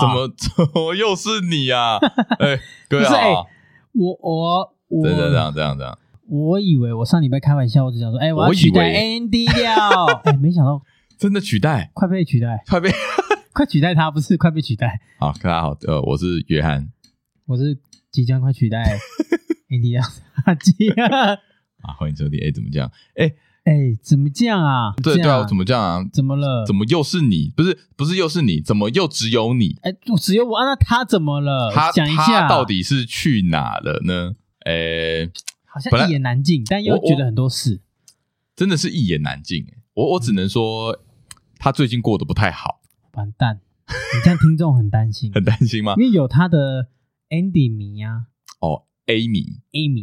怎么又是你啊？各位好，这样， 我以为我上礼拜开玩笑，我只想说，我要取代 Andy 掉，没想到真的取代， 快被取代，快取代他，不是快被取代。 好，大家好，我是约翰， 我是即将快取代 Andy 掉欢迎收听。怎么这样？ 怎么这样啊？ 对啊，怎么这样啊？ 怎么了？ 怎么又是你？不是又是你？怎么又只有你？ 只有我啊？那他怎么了？讲一下， 他到底是去哪了呢？ 好像一言难尽，但又觉得很多事， 真的是一言难尽。我只能说，他最近过得不太好。 完蛋，你这样听众很担心， 很担心吗？ 因为有他的 Andy 迷啊。 Amy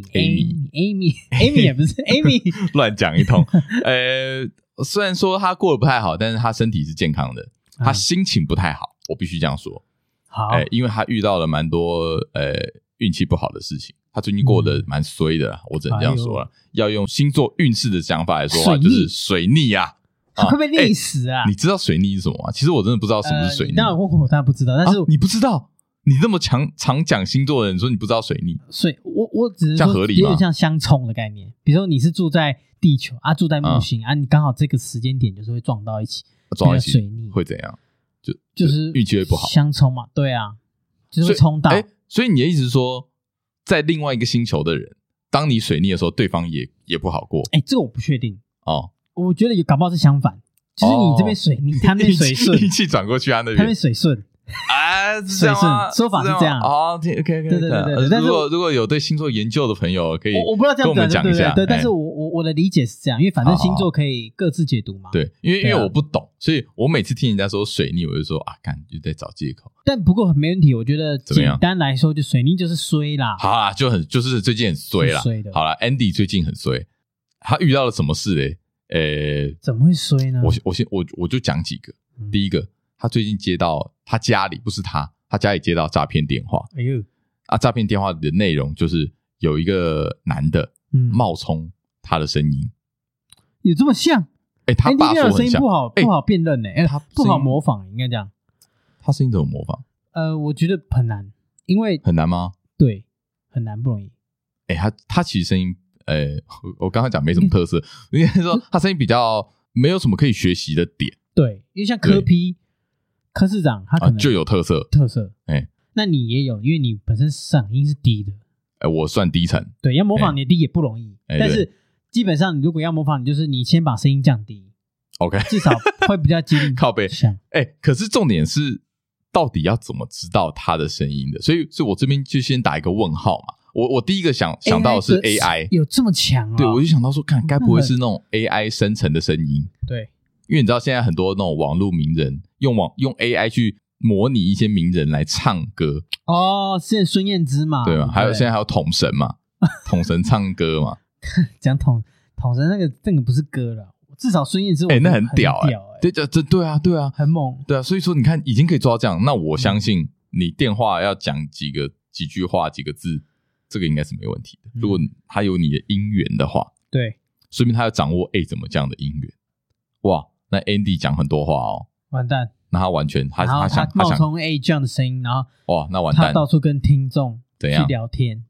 也不是 Amy 乱讲一通。虽然说他过得不太好，但是他身体是健康的，他心情不太好，我必须这样说。 好， 因为他遇到了蛮多运气不好的事情，他最近过得蛮衰的啦，我只能这样说了。要用星座运势的想法来说的话，就是水逆啊。 会被溺死啊！ 你知道水逆是什么吗？其实我真的不知道什么是水逆。 你当然问我，当然不知道。但是你不知道？你这么常讲星座的人，说你不知道水逆？ 我只是说有点像相冲的概念。比如说你是住在地球啊，住在木星你刚好这个时间点就是会撞到一起， 撞到一起水逆会怎样？ 就是运气会不好， 相冲嘛。对啊，就是会冲到。 所以你的意思是说，在另外一个星球的人，当你水逆的时候，对方也不好过？ 这个我不确定哦。 我觉得搞不好是相反，就是你这边水逆，他那边水顺， 运气转过去他那边水顺。 是这样吗？ 说法是这样。 OK。 对。但是如果有对星座研究的朋友，可以我不知道这样跟我们讲一下。 对，但是我的理解是这样，因为反正星座可以各自解读嘛。 对，因为我不懂，所以我每次听人家说水逆，我就说干就在找借口。 但不过没问题，我觉得简单来说，就水逆就是衰啦。 好啦，就是最近很衰啦。好啦 Andy 最近很衰，他遇到了什么事嘞？怎么会衰呢？ 我就讲几个。第一个，他最近接到他家里，不是他家里接到诈骗电话。诈骗电话的内容就是有一个男的冒充他的声音， 有这么像？ 他爸说很像， 声音不好辨认他不好模仿，应该这样。 他声音怎么模仿？ 我觉得很难，因为很难吗？ 对，很难，不容易。 他其实声音，我刚刚讲没什么特色，应该说他声音比较没有什么可以学习的点。 对，因为像柯市长他可能就有特色。 那你也有，因为你本身嗓音是低的。 我算低沉。 对，要模仿你的低也不容易。但是基本上你如果要模仿，你就是你先把声音降低。 OK， 至少会比较接近靠背。可是重点是到底要怎么知道他的声音的？所以我这边就先打一个问号嘛。我第一个想到的是 AI 有这么强对，我就想到说，该不会是那种 AI 生成的声音？ 对。 因为你知道现在很多那种网络名人用 AI 去模拟一些名人来唱歌。 是孙燕姿嘛？ 对嘛？现在还有统神嘛？统神唱歌嘛？ 讲统神那个不是歌了，至少孙燕姿那很屌对啊， 很猛。 对啊，所以说你看已经可以做到这样，那我相信你电话要讲几句话几个字，这个应该是没问题的。如果他有你的音源的话， 对， 说明他要掌握怎么这样的音源。哇，那 Andy 讲很多话哦， 完蛋。 那他完全他想冒充这样的声音，然后哇，那完蛋， 他到处跟听众去聊天，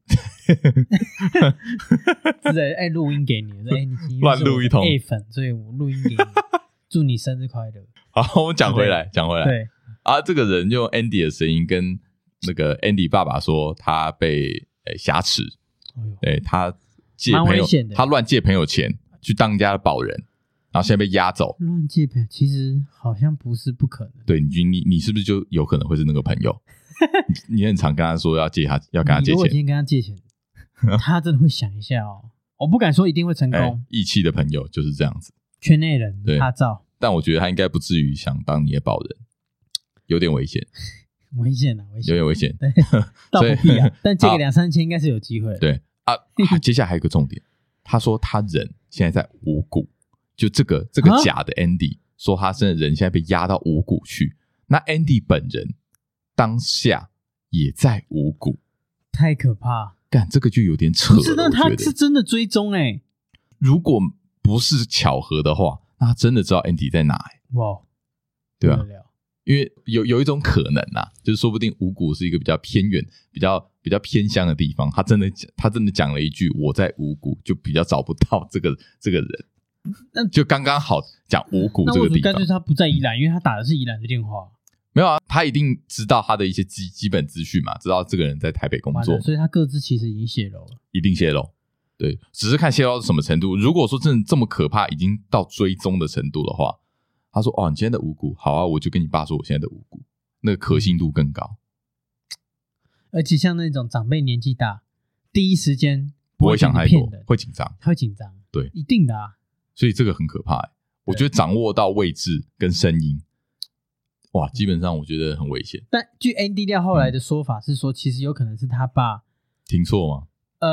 是录音给你，你乱录一通粉，所以我录音给你，祝你生日快乐。 好，我们讲回来， 对这个人用 Andy 的声音跟那个 Andy 爸爸说他被挟持，他借朋友，他乱借朋友钱去当人家的保人。然后现在被押走， 乱借朋友其实好像不是不可能。 对，你是不是就有可能会是那个朋友？你很常跟他说要跟他借钱。 如果今天跟他借钱，他真的会想一下哦。我不敢说一定会成功。 义气的朋友就是这样子， 圈内人他照。 但我觉得他应该不至于想当你的保人，有点危险。 危险啊， 有点危险。 对，倒不必啊。但借个2-3千应该是有机会。 对接下来还有一个重点，他说他人现在在五股。就这个假的 Andy 说他真的人现在被压到五股去，那 Andy 本人当下也在五股， 太可怕。 干，这个就有点扯了。 不是，那他是真的追踪如果不是巧合的话，那他真的知道 Andy 在哪哇， 对吧？ 因为有一种可能啊，就是说不定五股是一个比较偏远、比较偏乡的地方，他真的讲了一句我在五股，就比较找不到这个人，就刚刚好讲五股这个地方。那为什么干脆他不在宜兰？因为他打的是宜兰的电话。 没有啊，他一定知道他的一些基本资讯嘛，知道这个人在台北工作， 所以他个资其实已经泄露了， 一定泄露。对，只是看泄露到什么程度。如果说真的这么可怕，已经到追踪的程度的话，他说哦，你现在的五股好啊，我就跟你爸说我现在的五股，那个可信度更高。 而且像那种长辈年纪大，第一时间不会想太多，会紧张， 他会紧张， 对， 一定的啊。 所以这个很可怕我觉得掌握到位置跟声音，哇，基本上我觉得很危险。 但据 Andy 廖后来的说法是说，其实有可能是他爸听错吗？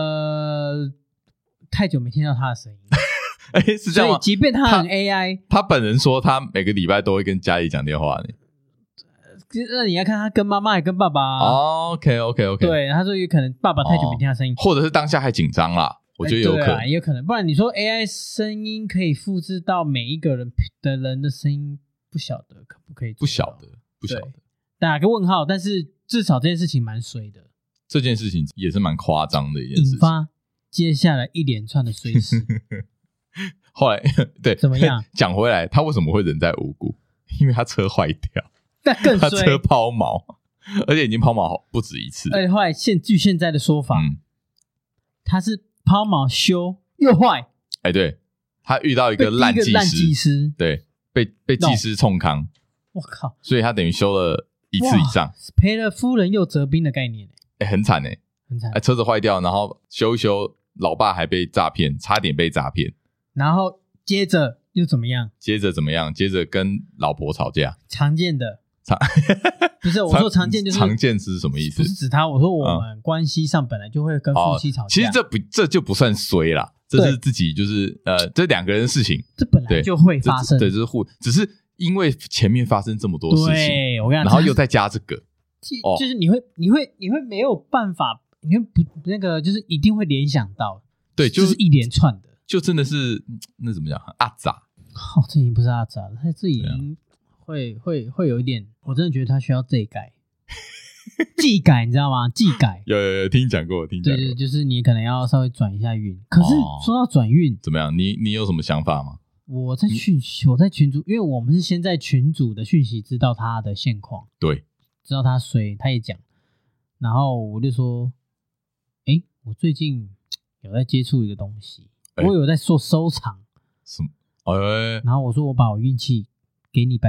太久没听到他的声音。 是这样吗？ 所以即便他很 AI， 他本人说他每个礼拜都会跟家里讲电话呢。 那你要看他跟妈妈还跟爸爸 OK。 对，他说有可能爸爸太久没听他声音， 或者是当下还紧张啦，我觉得有可能， 也有可能。不然你说 AI 声音可以复制到每一个人的声音，不晓得可不可以？不晓得，打个问号。但是至少这件事情蛮衰的， 这件事情也是蛮夸张的一件事情， 引发接下来一连串的衰事。 后来对怎么样？ 讲回来，他为什么会人在五股？因为他车坏掉， 但更衰， 他车抛锚，而且已经抛锚不止一次。 而且后来据现在的说法，他是抛锚修又坏。 对，他遇到一个烂技师，对，被技师冲康。 我靠！ 所以他等于修了一次以上， 赔了夫人又折兵的概念。 很惨很惨。 车子坏掉，然后修一修，老爸还被诈骗，差点被诈骗。 然后接着又怎么样？ 接着跟老婆吵架。 常见的。不是我说常见就是常见是什么意思？ 不是指他，我说我们关系上本来就会跟夫妻吵架。 其实这就不算衰啦，这是自己就是这两个人的事情， 这本来就会发生。 对，这是只是因为前面发生这么多事情， 对，我跟你讲， 然后又再加这个， 就是你会没有办法，你会不那个就是一定会联想到， 对， 就是一连串的， 就真的是那怎么讲阿杂。 这已经不是阿杂了，他这已经会有一点，我真的觉得他需要这改。技改你知道吗？技改有听讲过， 对，就是你可能要稍微转一下运。可是说到转运， 怎么样？你有什么想法吗？ 我在群组，因为我们是先在群组的讯息知道他的现况， 对， 知道他衰，他也讲，然后我就说，我最近有在接触一个东西，我有在做收藏， 什么？ 然后我说我把我运气给你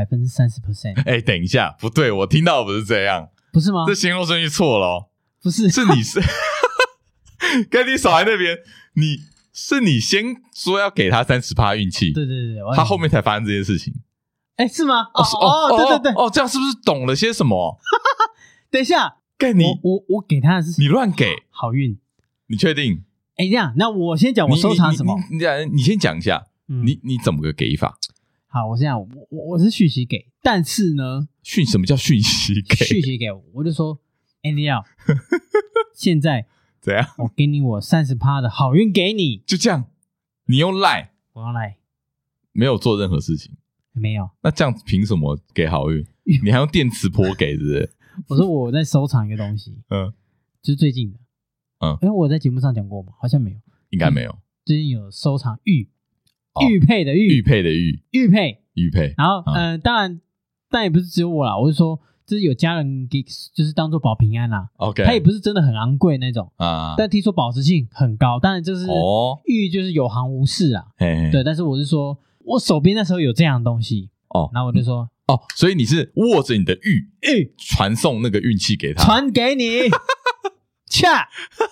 30%。 等一下，不对，我听到的不是这样。 不是吗？ 这先后顺序错了不是， 是你是跟你少在那边，你先说要给他 30% 运气， 对， 他后面才发生这件事情。 是吗？对， 这样是不是懂了些什么？ 等一下，我给他的是你乱给好运， 你确定？ 这样，那我先讲我收藏什么， 你先讲一下，你怎么个给法？ 好，我这样，我是讯息给，但是呢， 什么叫讯息给？ 讯息给我就说 ，Andy 现在怎样？ 我给你我 30% 的好运给你， 就这样，你用 Line， 我用 Line， 没有做任何事情， 没有。 那这样凭什么给好运？你还用电磁波给，是不是？ 我说我在收藏一个东西，就是最近的，我在节目上讲过吗？好像没有， 应该没有。 最近有收藏玉佩的玉，玉佩，然后但也不是只有我啦，我是说这是有家人给，就是当做保平安啦。 OK， 它也不是真的很昂贵那种但听说保值性很高，当然就是玉就是有行无市啊。对，但是我是说我手边那时候有这样的东西然后我就说所以你是握着你的玉传送那个运气给他， 传给你，恰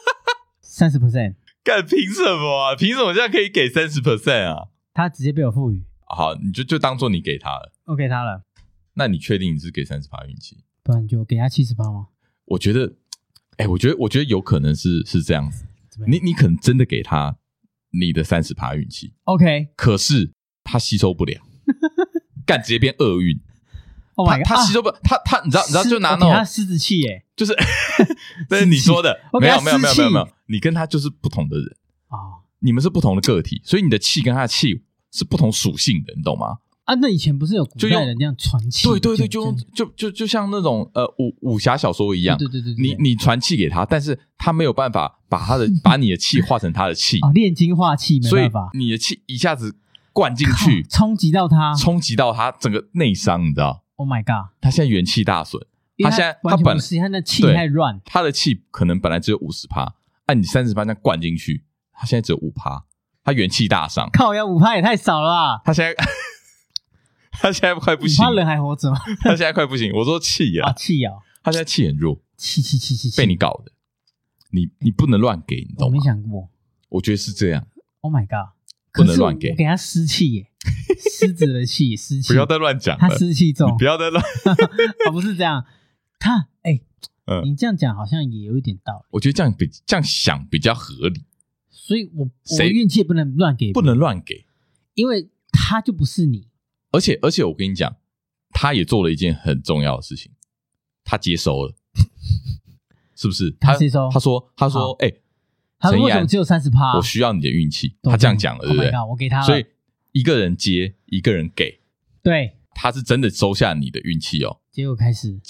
30%。 干凭什么啊？凭什么这样可以给 30% 啊？ 他直接被我赋予。 好，你就当做你给他了。 我给他了。 那你确定你是给 30% 运气？ 不然就给他70%吗？ 我觉得我觉得有可能是这样子。你可能真的给他你的 30% 运气 ，OK， 可是他吸收不了，干直接变厄运。他吸收不，他你知道就拿那种他狮子气耶， 就是这是你说的，没有，你跟他就是不同的人你们是不同的个体，所以你的气跟他的气是不同属性的，你懂吗？ 啊，那以前不是有古代人这样传气？ 对对对，就像那种武侠小说一样， 对对对， 你传气给他，但是他没有办法把你的气化成他的气， 炼精化气没办法， 所以你的气一下子灌进去， 冲击到他整个内伤，你知道 ？Oh my god！ 他现在元气大损，他现在他本来他的气太乱， 他的气可能本来只有 50%， 按你30%这样灌进去，他现在只有 5%， 他元气大伤。 靠呀，5%也太少了吧？ 他现在快不行， 5%人还活着吗？ 他现在快不行。我说气啊， 气啊！ 他现在气很弱， 气， 被你搞的。你不能乱给，你懂吗？ 我没想过， 我觉得是这样。 Oh my god！ 不能乱给， 我给他湿气耶，狮子的气，湿气。 不要再乱讲了， 他湿气重， 不要再乱。 不是这样，你这样讲好像也有一点道理。 我觉得这样想比较合理。 所以我运气也不能乱给， 不能乱给， 因为他就不是你。 而且我跟你讲，他也做了一件很重要的事情，他接收了，是不是？ 他接收， 他说， 他为什么只有30%？ 我需要你的运气，他这样讲了，对不对？ 我给他了， 所以一个人接，一个人给，对，他是真的收下你的运气哦。 结果开始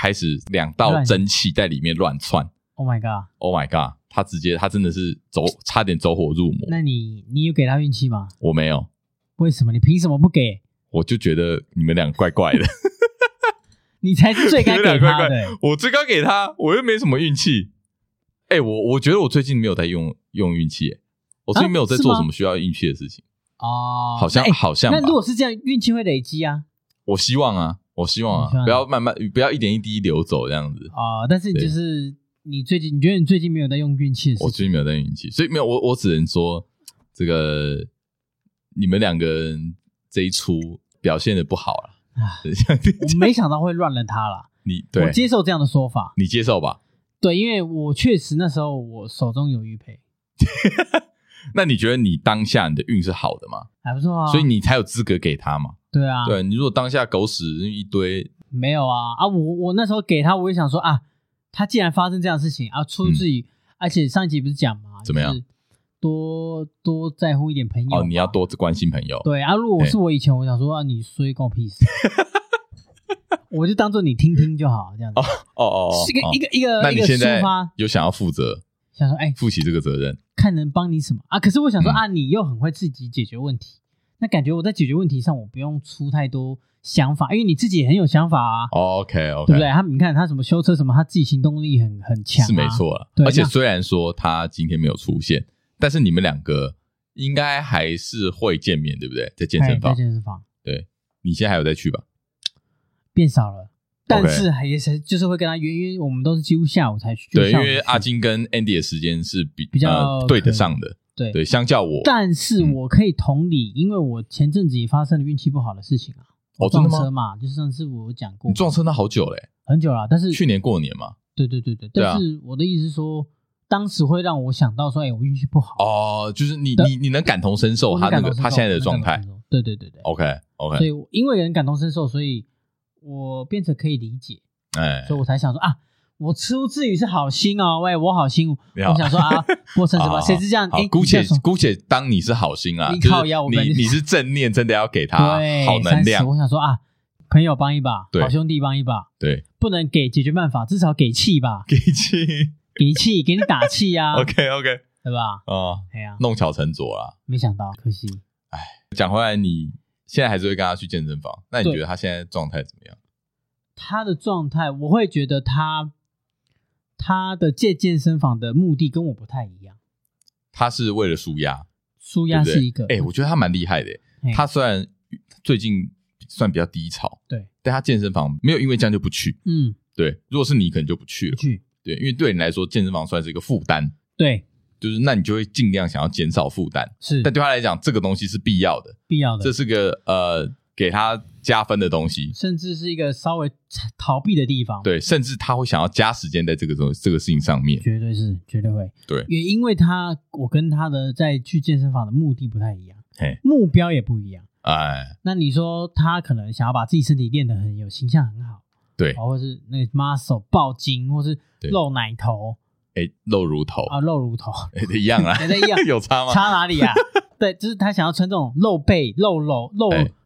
2道真气在里面乱窜。 Oh my god！ 他真的是差点走火入魔。 那你有给他运气吗？ 我没有。为什么？你凭什么不给？ 我就觉得你们两个怪怪的。 你才是最该给他的。 我最该给他，我又没什么运气。我觉得我最近没有在用运气，我最近没有在做什么需要运气的事情。哦，好像吧。 那如果是这样，运气会累积啊。 我希望啊，不要慢慢，不要一点一滴流走这样子。 但是就是你觉得你最近没有在用运气的事情？ 我最近没有在用运气，所以没有我只能说这个你们两个人这一出表现的不好了。 我没想到会乱了他啦。我接受这样的说法， 你接受吧。 对，因为我确实那时候我手中有玉佩。 那你觉得你当下你的运是好的吗？ 还不错啊， 所以你才有资格给他嘛。 对啊， 对，你如果当下狗屎一堆，没有啊，我那时候给他，我也想说啊，他既然发生这样的事情啊，出自于，而且上一集不是讲嘛， 怎么样？ 就是多在乎一点朋友你要多关心朋友。 对啊，如果是我以前，我想说啊，你衰关我屁事。我就当做你听听就好，这样子。是一个那你现在有想要负责， 想说负起这个责任， 看能帮你什么啊？可是我想说你又很会自己解决问题，那感觉我在解决问题上我不用出太多想法，因为你自己也很有想法啊。 OK， 对不对？你看他什么修车什么，他自己行动力很强， 是没错了。而且虽然说他今天没有出现，但是你们两个应该还是会见面，对不对？在健身房，对，你现在还有再去吧？ 变少了，但是也是就是会跟他约，因为我们都是几乎下午才去。 对，因为阿金跟 Andy 的时间是比较对得上的。对，相较我， 但是我可以同理，因为我前阵子也发生了运气不好的事情啊。撞车嘛，就是上次我有讲过。 你撞车那好久嘞， 很久了，但是去年过年嘛。 对，但是我的意思是说，当时会让我想到说，我运气不好。 就是你能感同身受他现在的状态。 对。 OK， 所以因为人感同身受，所以我变成可以理解，所以我才想说我出自于是好心哦，我好心，我想说过生日吧，谁是这样？ 姑且当你是好心啊，你是正念，真的要给他好能量。 我想说朋友帮一把，好兄弟帮一把， 对， 不能给解决办法，至少给气吧，给气，给你打气啊。 OK， 对吧？ 弄巧成拙啦， 没想到，可惜。 讲回来，你现在还是会跟他去健身房，那你觉得他现在状态怎么样？ 他的状态，我会觉得他的健身房的目的跟我不太一样。 他是为了舒压是一个。 我觉得他蛮厉害的。他虽然最近算比较低潮，对，但他健身房没有因为这样就不去。对，如果是你可能就不去了。对，因为对你来说健身房算是一个负担。对，就是那你就会尽量想要减少负担。是，但对他来讲这个东西是必要的，这是个给他加分的东西，甚至是一个稍微逃避的地方。对，甚至他会想要加时间在这个事情上面。绝对会。对，也因为我跟他的在去健身房的目的不太一样，目标也不一样。那你说他可能想要把自己身体练得很有形象很好，对，或是那个 muscle 爆筋，或是露奶头，露乳头露乳头一样啊，一样有差吗？差哪里啊？对，就是他想要穿这种露背、露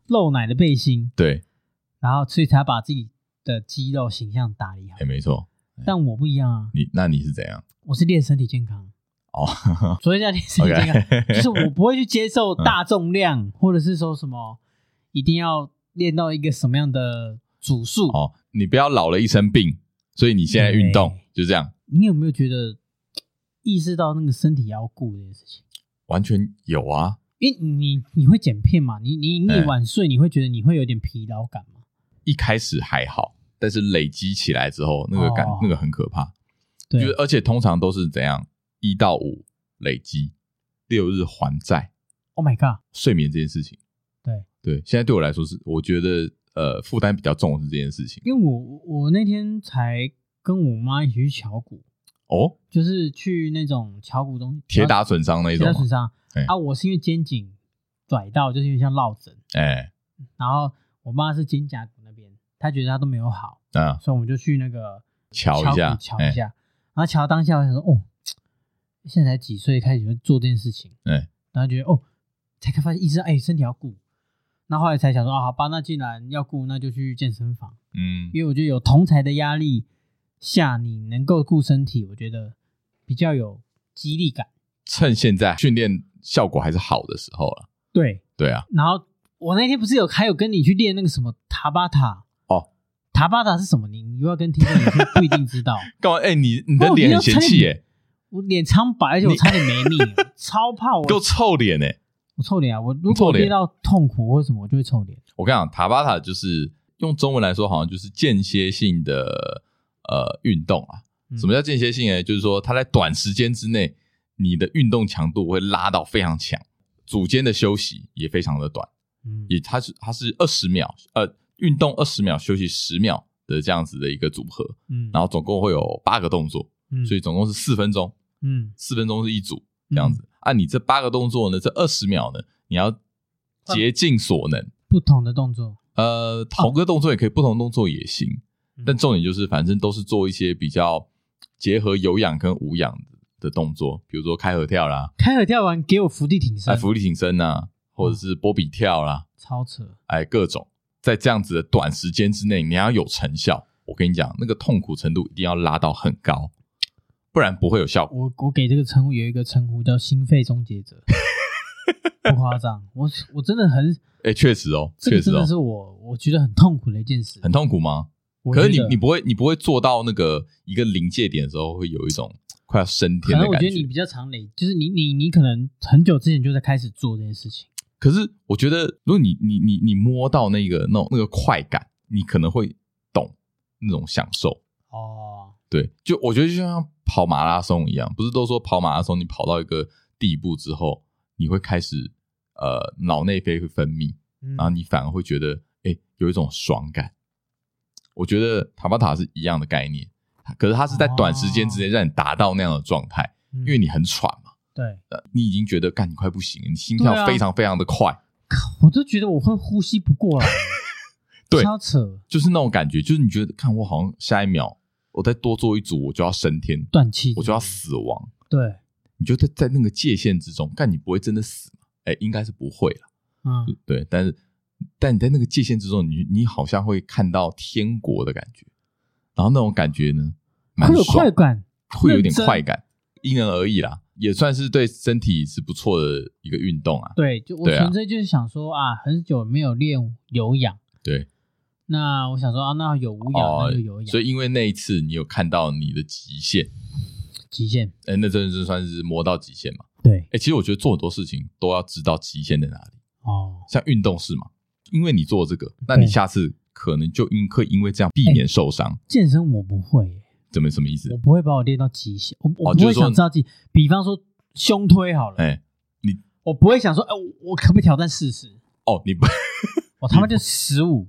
露奶的背心， 对， 然后所以才把自己的肌肉形象打理好。 没错。 但我不一样啊， 你是怎样？ 我是练身体健康。 哦， 所以叫练身体健康，就是我不会去接受大重量，或者是说什么一定要练到一个什么样的组数。 哦，你不要老了一身病，所以你现在运动就这样。 你有没有觉得意识到那个身体要顾这件事情？ 完全有啊， 因为你会剪片嘛，你晚睡，你会觉得你会有点疲劳感吗？ 一开始还好，但是累积起来之后，那个感、那个很可怕。 对， 而且通常都是怎样，1到5累积，6日还债。 Oh my god！ 睡眠这件事情，对，现在对我来说是，我觉得负担比较重的是这件事情。 因为我那天才跟我妈一起去敲骨。 哦， 就是去那种敲骨东西， 铁打损伤那一种吗？ 铁打损伤啊！我是因为肩颈拽到，就是有点像落枕。然后我妈是肩胛骨那边，她觉得她都没有好，所以我们就去那个瞧一下。 然后瞧当下，我想说，哦，现在才几岁开始做这件事情，然后觉得哦，才发现意识到，身体要顾。那后来才想说，好吧，那既然要顾，那就去健身房。因为我觉得有同侪的压力下，你能够顾身体，我觉得比较有激励感。 趁现在训练效果还是好的时候了。对啊。 然后我那天不是还有跟你去练那个什么塔巴塔哦？塔巴塔是什么？你又要跟听众，你不一定知道。 干嘛？你的脸很嫌弃我脸苍白，而且我差点没命，超怕我。 给我臭脸我臭脸啊！我如果练到痛苦或什么，我就会臭脸。 我跟你讲，塔巴塔就是用中文来说，好像就是间歇性的运动啊。什么叫间歇性呢？就是说它在短时间之内，你的运动强度会拉到非常强，组间的休息也非常的短。它是20秒，运动20秒，休息10秒的这样子的一个组合。然后总共会有8个动作，所以总共是4分钟。4分钟是一组这样子。你这8个动作呢，这20秒呢，你要竭尽所能， 不同的动作。 同个动作也可以，不同动作也行。但重点就是，反正都是做一些比较结合有氧跟无氧的动作，比如说开合跳啦， 开合跳完给我伏地挺身， 伏地挺身啊，或者是波比跳啦， 超扯， 各种在这样子的短时间之内，你要有成效。我跟你讲，那个痛苦程度一定要拉到很高，不然不会有效果。 我给这个称呼有一个称呼叫心肺终结者，不夸张，我真的很确实哦， 这个真的是我觉得很痛苦的一件事。 很痛苦吗？可是你不会做到那个一个临界点的时候，会有一种快要升天的感觉。 可能我觉得你比较常累，就是你可能很久之前就在开始做这件事情。 可是我觉得，如果你摸到那个快感，你可能会懂那种享受。对，就我觉得就像跑马拉松一样，不是都说跑马拉松，你跑到一个地步之后，你会开始脑内啡会分泌，然后你反而会觉得有一种爽感。我觉得塔巴塔是一样的概念，可是它是在短时间之内让你达到那样的状态，因为你很喘嘛。 对， 你已经觉得干你快不行了，你心跳非常非常的快， 我都觉得我会呼吸不过来。 对， 超扯， 就是那种感觉，就是你觉得看我好像下一秒我再多做一组我就要升天断气， 我就要死亡。 对， 你就在那个界限之中，干你不会真的死吗？应该是不会啦。对，但你在那个界限之中，你好像会看到天国的感觉，然后那种感觉呢，蛮爽， 会有快感， 会有点快感，因人而异啦，也算是对身体是不错的一个运动啊。 对，就我纯粹就是想说很久没有练有氧， 对， 那我想说那有无氧那就有氧， 所以因为那一次你有看到你的极限，那真的是算是摸到极限嘛。 对， 其实我觉得做很多事情都要知道极限在哪里。像运动是嘛，因为你做这个，那你下次可能就可以因为这样避免受伤。 健身我不会什么意思？ 我不会把我练到极限，我不会想知道自己，比方说胸推好了，我不会想说我可不可以挑战40？ 你不我他妈就15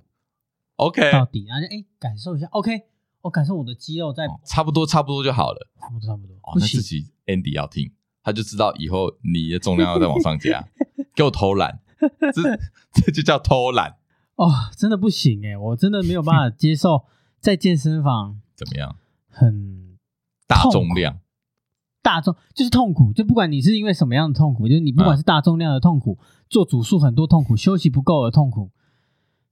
OK 到底，然后感受一下 OK， 我感受我的肌肉在差不多就好了， 差不多那自己 Andy 要听，他就知道以后你的重量要再往上加给我偷懒，这就叫偷懒真的不行我真的没有办法接受在健身房怎么样， 很大重量， 就是痛苦，就不管你是因为什么样的痛苦，就是你不管是大重量的痛苦，做组数很多痛苦，休息不够的痛苦，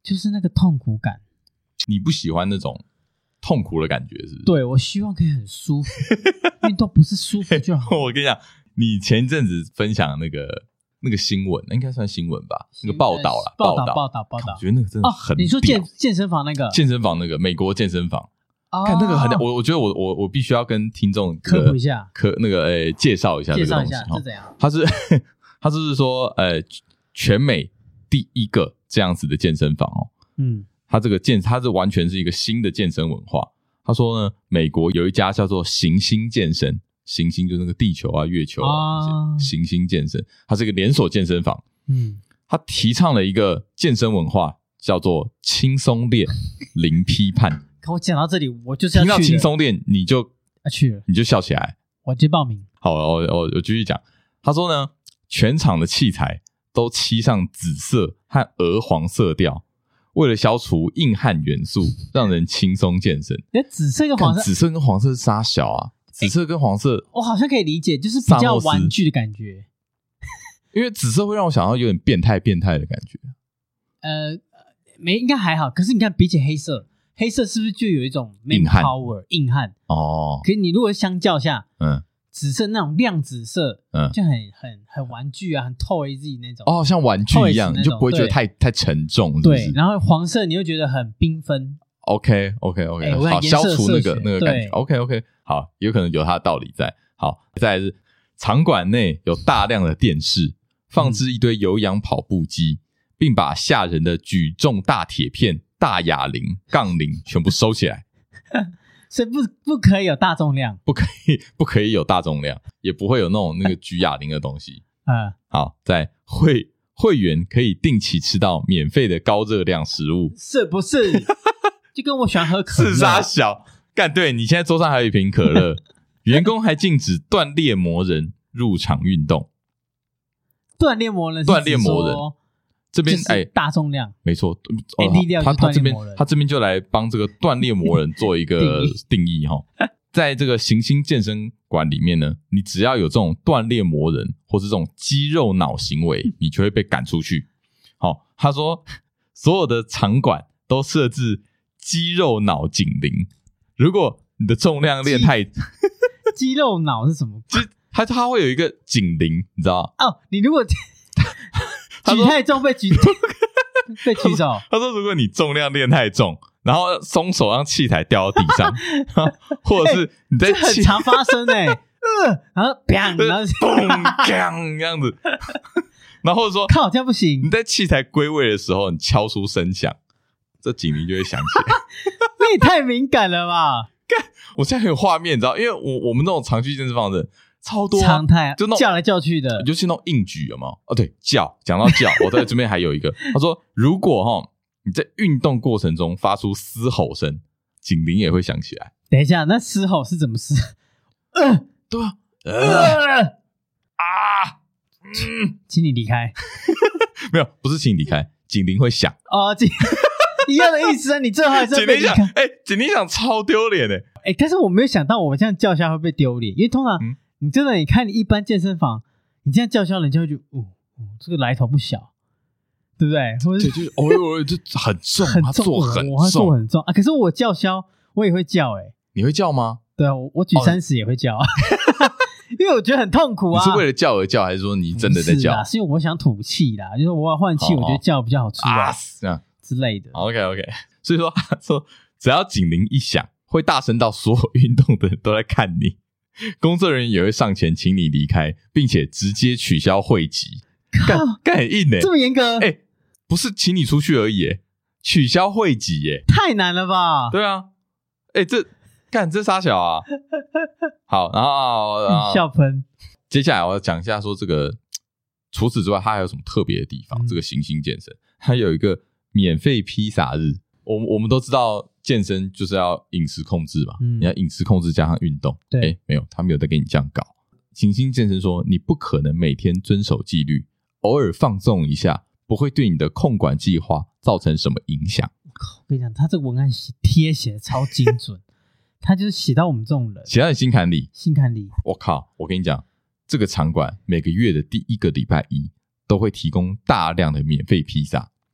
就是那个痛苦感。 你不喜欢那种痛苦的感觉是不是？ 对，我希望可以很舒服，运动不是舒服就好。 我跟你讲，你前一阵子分享那个新闻，应该算新闻吧？那个报道啦， 报道。 我觉得那个真的很屌。 你说健身房那个？ 健身房那个美国健身房。看那个很，我觉得我必须要跟听众科普一下， 介绍一下这个东西。 是怎样？ 他就是说全美第一个这样子的健身房哦。他这完全是一个新的健身文化。他说呢，美国有一家叫做行星健身，行星就是那个地球啊、月球啊，行星健身，它是一个连锁健身房。他提倡了一个健身文化，叫做轻松练，零批判。 我讲到这里，我就是要去了。 听到轻松练，你就去了， 你就笑起来。 我直接报名。 好，我继续讲。他说呢，全场的器材都漆上紫色和鹅黄色调，为了消除硬汉元素，让人轻松健身。 紫色跟黄色， 紫色跟黄色是啥小啊？紫色跟黄色， 我好像可以理解，就是比较玩具的感觉。因为紫色会让我想到有点变态的感觉。 应该还好。可是你看，比起黑色是不是就有一种 man power 硬汉？哦。可是你如果相较下，紫色那种亮紫色，就很玩具啊，很 toy 那种。哦， 像玩具一样，你就不会觉得太沉重，是不是？ 对。然后黄色你又觉得很缤纷。 OK， 好，消除那个感觉。OK， 好，有可能有它的道理在。好，再来是场馆内有大量的电视，放置一堆有氧跑步机，并把吓人的举重大铁片、大哑铃、杠铃全部收起来。 所以不可以有大重量， 不可以有大重量，也不会有那个举哑铃的东西。好，在会员可以定期吃到免费的高热量食物， 是不是？就跟我喜欢喝可乐。 是啥小干？对，你现在桌上还有一瓶可乐。员工还禁止断裂魔人入场运动。 断裂魔人这边大重量没错。他这边就来帮这个断裂魔人做一个定义齁。在这个行星健身馆里面呢，你只要有这种断裂魔人或是这种肌肉脑行为，你就会被赶出去。好，他说所有的场馆都设置肌肉脑警铃，如果你的重量练太肌肉脑是什么？ 它会有一个警铃，你知道吗？ 哦，你如果举太重被举走。 他说如果你重量练太重，然后松手让器材掉到地上，或者是你在很常发生然后砰，然后砰这样子。然后或者说靠，这样不行。 你在器材归位的时候，你敲出声响，这警铃就会响起来。 那也太敏感了吧！ 我现在很有画面，你知道，因为我们那种常去健身房的人超多常态， 就那种叫来叫去的， 尤其那种硬举有没有？对，讲到叫，我在这边还有一个，他说如果你在运动过程中发出嘶吼声，警铃也会响起来。 等一下，那嘶吼是怎么嘶？ 对啊， 请你离开。 没有，不是请你离开，警铃会响。 一样的意思啊！你最后还是要被离开。 警铃响超丢脸但是我没有想到我这样叫嚣会被丢脸，因为通常你真的你看你一般健身房，你这样叫嚣，人家会觉得这个来头不小，对不对？或者就是就很重，他做很重啊！可是我叫嚣我也会叫你会叫吗？ 对啊，我举30也会叫啊。因为我觉得很痛苦啊。 你是为了叫而叫，还是说你真的在叫？ 是因为我想吐气啦，就是我要换气，我觉得叫比较好出来这样之类的。 OK， 所以说他说只要警铃一响，会大声到所有运动的人都在看你，工作人员也会上前请你离开，并且直接取消会籍。干很硬这么严格？ 不是请你出去而已取消会籍太难了吧？ 对啊，这啥小啊？好，然后笑喷。 接下来我要讲一下说这个，除此之外，它还有什么特别的地方？这个行星健身，它有一个免费披萨日。我们都知道健身就是要饮食控制嘛，你要饮食控制加上运动。 对， 没有，他没有在给你这样搞。行星健身说，你不可能每天遵守纪律，偶尔放纵一下，不会对你的控管计划造成什么影响。 我跟你讲，他这个文案写的超精准。他就是写到我们这种人， 写到你心坎里。 我靠！我跟你讲，这个场馆每个月的第1个礼拜一都会提供大量的免费披萨，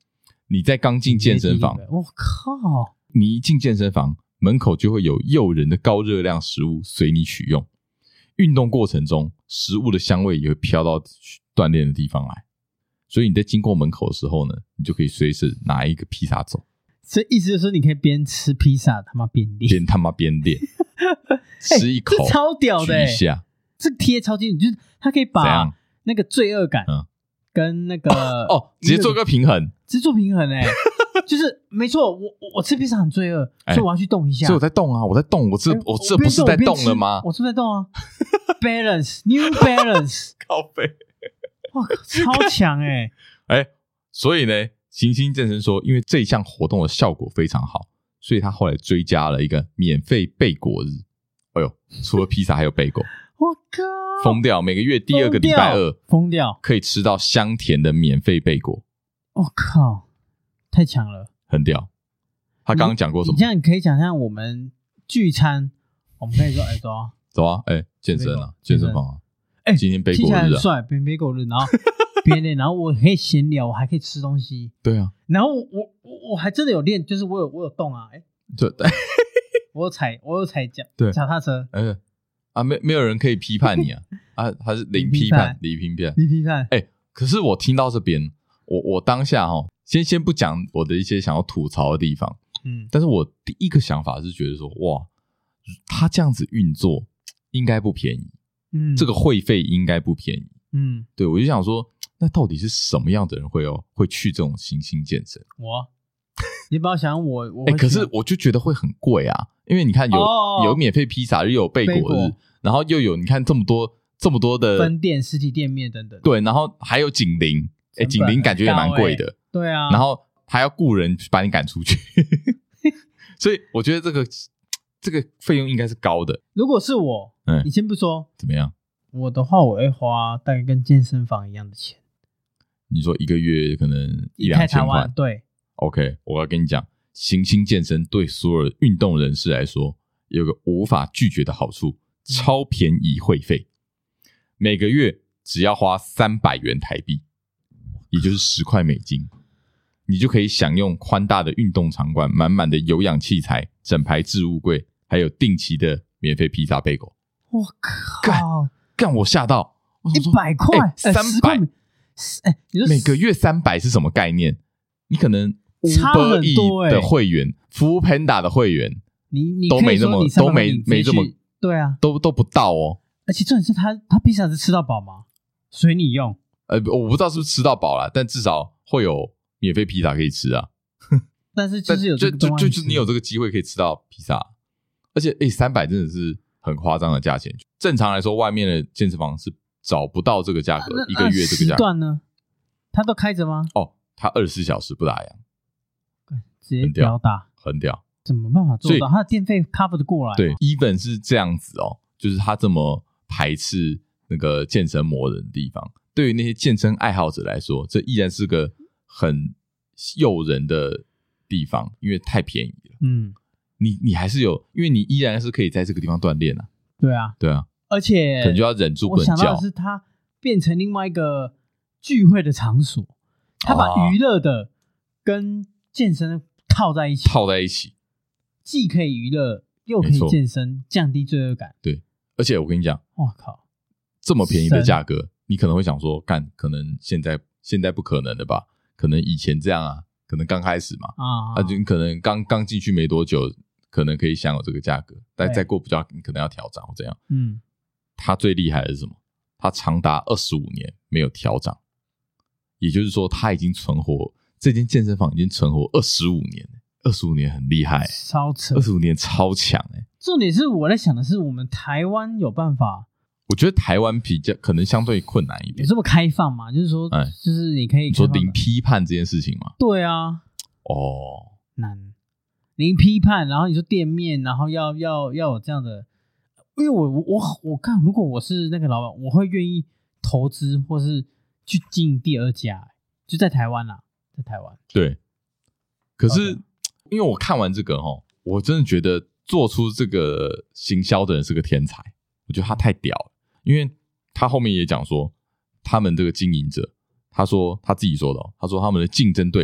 你在刚进健身房， 我靠， 你一进健身房门口就会有诱人的高热量食物随你取用，运动过程中食物的香味也会飘到锻炼的地方来，所以你在经过门口的时候呢，你就可以随时拿一个披萨走。 所以意思就是说，你可以边吃披萨他妈边练， 边练吃一口、 这超屌的， 举一下， 这个贴超精准，就是他可以把那个罪恶感跟那个直接做个平衡， 直接做平衡就是没错，我吃披萨很罪恶，所以我要去动一下。 所以我在动啊，我在动，我这不是在动了吗？ 我是在动啊，balance new balance， 靠背， 哇，超强所以呢，行星健身说，因为这一项活动的效果非常好，所以他后来追加了一个免费贝果日。哎呦，除了披萨还有贝果， 我靠， 疯掉！每个月第2个礼拜2， 疯掉， 可以吃到香甜的免费贝果。 我靠，太强了， 很屌。他刚刚讲过什么？ 你这样可以想象我们聚餐，我们可以说走啊， 健身啊，健身房啊，今天贝果日啊， 听起来很帅，贝果日，然后边练，然后我可以闲聊，我还可以吃东西。 对啊， 然后我还真的有练，就是我有动啊， 对， 我有踩脚踏车， 没有人可以批判你啊，他是零批判。可是我听到这边，我当下先不讲我的一些想要吐槽的地方，但是我第一个想法是觉得说，哇，他这样子运作应该不便宜，这个会费应该不便宜，对，我就想说，那到底是什么样的人会去这种行星健身？ 你不要想我可是我就觉得会很贵啊，因为你看有免费披萨，又有贝果日，然后又有你看这么多的分店、实体店面等等， 对，然后还有警铃，警铃感觉也蛮贵的， 对啊， 然后还要雇人把你赶出去，所以我觉得这个费用应该是高的。 如果是我，你先不说怎么样， 我的话我会花大概跟健身房一样的钱。 你说一个月可能1-2千块， 对。 OK， 我要跟你讲，行星健身对所有运动人士来说有个无法拒绝的好处，超便宜会费，每个月只要花300元台币，也就是10块美金，你就可以享用宽大的运动场馆、满满的有氧器材、整排置物柜，还有定期的免费披萨贝果。 我靠！ 干我吓到 ！100块 ，300， 你说每个月300是什么概念？你可能差很多的会员，Foodpanda 的会员， 你都没这么对啊， 都不到哦。 而且重点是他披萨是吃到饱吗？随你用。 我不知道是不是吃到饱啦，但至少会有免费披萨可以吃啊。 但是就是有这个就是你有这个机会可以吃到披萨，而且300真的是很夸张的价钱。正常来说，外面的健身房是找不到这个价格，一个月这个价格。 时段呢？他都开着吗？ 他24小时不打烊， 直接飙大， 很屌。 怎么办法做到？他的电费 cover 得过来？ 对 ，even 是这样子就是他这么排斥那个健身魔人的地方，对于那些健身爱好者来说，这依然是个很诱人的地方，因为太便宜了。你还是有，因为你依然是可以在这个地方锻炼啊。对啊， 而且可能就要忍住不能叫。 我想到的是，它变成另外一个聚会的场所，他把娱乐的跟健身套在一起，既可以娱乐又可以健身，降低罪恶感。 对，而且我跟你讲， 哇靠， 这么便宜的价格，你可能会想说，可能现在不可能的吧？可能以前这样啊，可能刚开始嘛，就可能刚进去没多久，可能可以享有这个价格，但再过比较可能要调涨或这样。他最厉害的是什么？他长达25年没有调涨，也就是说，他已经存活，这间健身房已经存活25年，25年很厉害， 超扯 ，25年超强重点是我在想的是，我们台湾有办法？ 我觉得台湾比较可能相对困难一点， 有这么开放吗？就是说，就是你可以说零批判这件事情吗？ 对啊，难零批判，然后你说店面，然后要有这样的，因为我看，如果我是那个老板，我会愿意投资或是去进第2家，就在台湾啦，在台湾。对， 可是因为我看完这个我真的觉得做出这个行销的人是个天才，我觉得他太屌了，因为他后面也讲说，他们这个经营者，他说他自己说的他说他们的竞争对手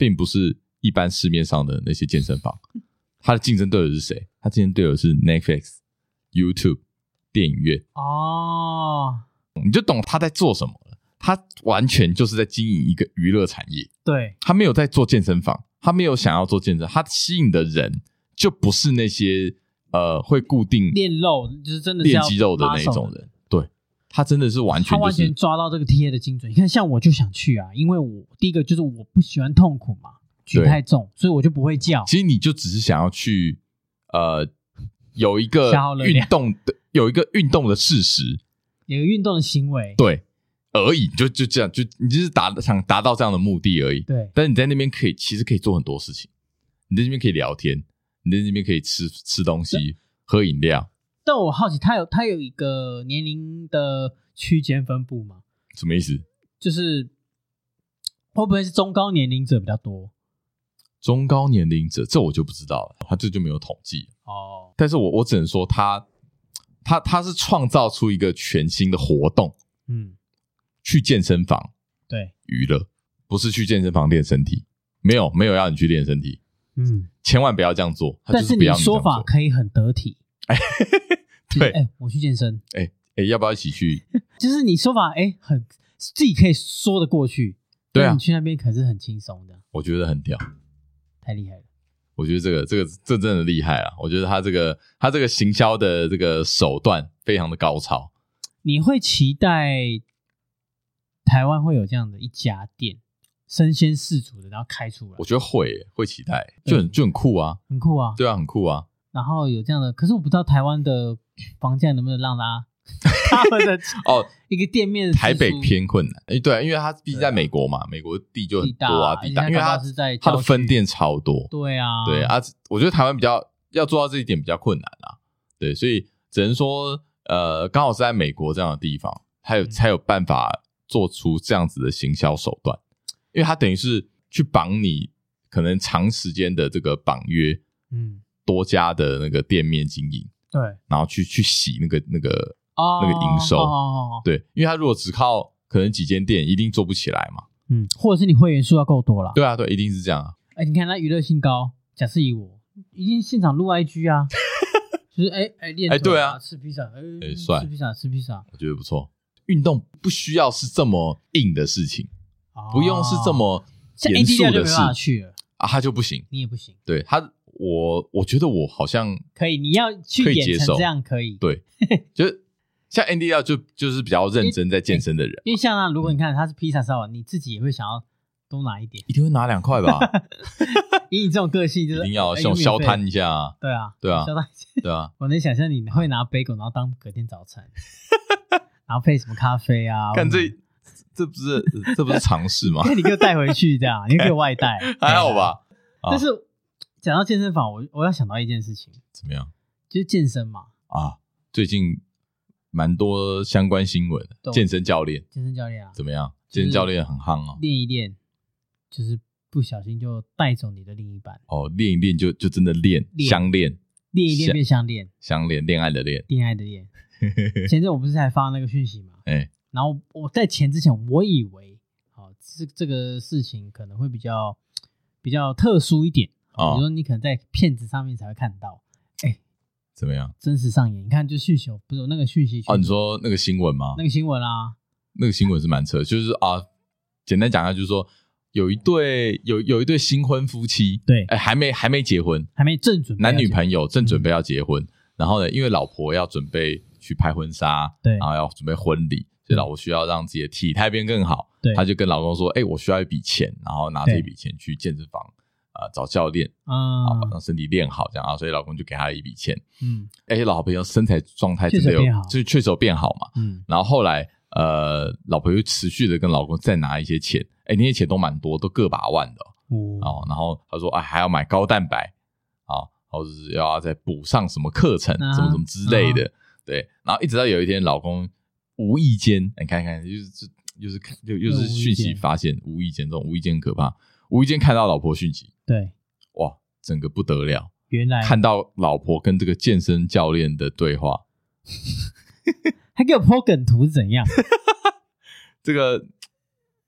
并不是一般市面上的那些健身房，它的竞争对手是谁？它竞争对手是 Netflix、YouTube、电影院。你就懂他在做什么了。他完全就是在经营一个娱乐产业。 对， 他没有在做健身房，他没有想要做健身，他吸引的人就不是那些会固定练肉，就是真的是练肌肉的那种人。对，他真的是完全就是他完全抓到这个 TA 的精准。你看，像我就想去啊，因为我第一个就是我不喜欢痛苦嘛，举太重，所以我就不会叫。 其实你就只是想要去有一个运动的的事实， 有一个运动的行为， 对而已，就这样，就你就是想达到这样的目的而已。 对， 但是你在那边其实可以做很多事情，你在那边可以聊天，你在那边可以吃东西、喝饮料。 但我好奇，它有一个年龄的区间分布吗？ 什么意思？ 就是会不会是中高年龄者比较多？ 中高年龄者，这我就不知道了，他这就没有统计哦。但是我只能说他是创造出一个全新的活动，去健身房对娱乐，不是去健身房练身体，没有要你去练身体，千万不要这样做。 但是你说法可以很得体， 对， 我去健身， 要不要一起去？ 就是你说法很自己可以说得过去， 对啊， 你去那边可是很轻松的， 我觉得很屌， 太厉害了。 我觉得这真的厉害啊！我觉得他这个行销的这个手段非常的高超。 你会期待台湾会有这样的一家店，身先士卒的，然后开出来？ 我觉得会期待，就很酷啊， 很酷啊， 对啊，很酷啊。 然后有这样的，可是我不知道台湾的房价能不能让他们的一个店面台北偏困难，对，因为它毕竟在美国嘛，美国地就很多啊，地大，因为它的分店超多， 对啊， 我觉得台湾比较要做到这一点比较困难啊，对，所以只能说刚好是在美国这样的地方，才有办法做出这样子的行销手段，因为它等于是去绑你可能长时间的这个绑约，多家的那个店面经营， 对， 然后去洗那个营收，对，因为他如果只靠可能几间店，一定做不起来嘛， 或者是你会员数要够多啦， 对啊，对，一定是这样啊。 你看他娱乐性高，假设以我一定现场录 IG 啊，就是练对啊， 吃披萨， 帅， 吃披萨， 我觉得不错。运动不需要是这么硬的事情，不用是这么严肃的事啊，他就不行， 你也不行， 对他。我觉得我好像可以，你要去演成这样可以， 对，就是像 Andy Lau 就是比较认真在健身的人， 因为像如果你看他是披萨烧，你自己也会想要多拿一点， 一定会拿2块吧？ 以你这种个性，就是一定要消摊一下啊！ 对啊， 消摊，对啊， 我能想象你会拿 bagel 然后当隔天早餐，然后配什么咖啡啊？ 看这不是常识吗？ 那你给我带回去这样，你给我外带， 还好吧？ 但是讲到健身房，我要想到一件事情， 怎么样？ 就是健身嘛。 最近蛮多相关新闻，健身教练啊，怎么样？健身教练很夯啊， 练一练，就是不小心就带走你的另一半。 练一练就真的相恋， 练一练变相恋， 恋爱的恋。 前阵我不是才发那个讯息嘛，然后我在前之前我以为，这个事情可能会比较特殊一点。比如说你可能在片子上面才会看到， 怎么样？ 真实上演，你看就讯息不是有那个讯息你说那个新闻吗？ 那个新闻啊， 那个新闻是蛮扯，就是简单讲一下，就是说有一对新婚夫妻， 对， 还没结婚， 还没正准备男女朋友正准备要结婚，然后呢，因为老婆要准备去拍婚纱， 对， 然后要准备婚礼，所以老婆需要让自己的体态变更好， 对， 她就跟老公说，我需要一笔钱，然后拿这一笔钱去健身房。找教练让身体练好这样所以老公就给他一笔钱，而且老婆友身材状态真的就确实有变好嘛，然后后来老婆又持续的跟老公再拿一些钱，那些钱都蛮多，都个把万的然后他说还要买高蛋白或者是要再补上什么课程什么之类的，对，然后一直到有一天老公无意间，你看看又是讯息发现，无意间这种无意间很可怕，无意间看到老婆讯息， 对， 哇，整个不得了， 原来看到老婆跟这个健身教练的对话， 还给我 po 梗图是怎样？ 这个